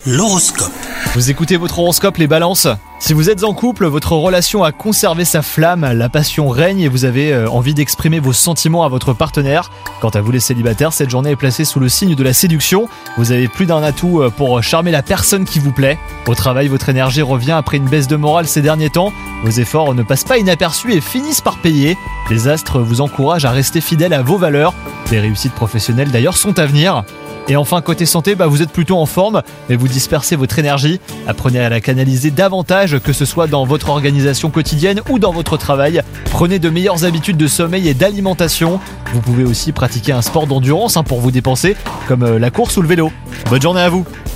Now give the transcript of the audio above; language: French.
L'horoscope. Vous écoutez votre horoscope les balances. Si vous êtes en couple, votre relation a conservé sa flamme, la passion règne et vous avez envie d'exprimer vos sentiments à votre partenaire. Quant à vous les célibataires, cette journée est placée sous le signe de la séduction. Vous avez plus d'un atout pour charmer la personne qui vous plaît. Au travail, votre énergie revient après une baisse de morale ces derniers temps. Vos efforts ne passent pas inaperçus et finissent par payer. Les astres vous encouragent à rester fidèles à vos valeurs. Des réussites professionnelles d'ailleurs sont à venir. Et enfin, côté santé, vous êtes plutôt en forme, mais vous dispersez votre énergie. Apprenez à la canaliser davantage, que ce soit dans votre organisation quotidienne ou dans votre travail. Prenez de meilleures habitudes de sommeil et d'alimentation. Vous pouvez aussi pratiquer un sport d'endurance pour vous dépenser, comme la course ou le vélo. Bonne journée à vous!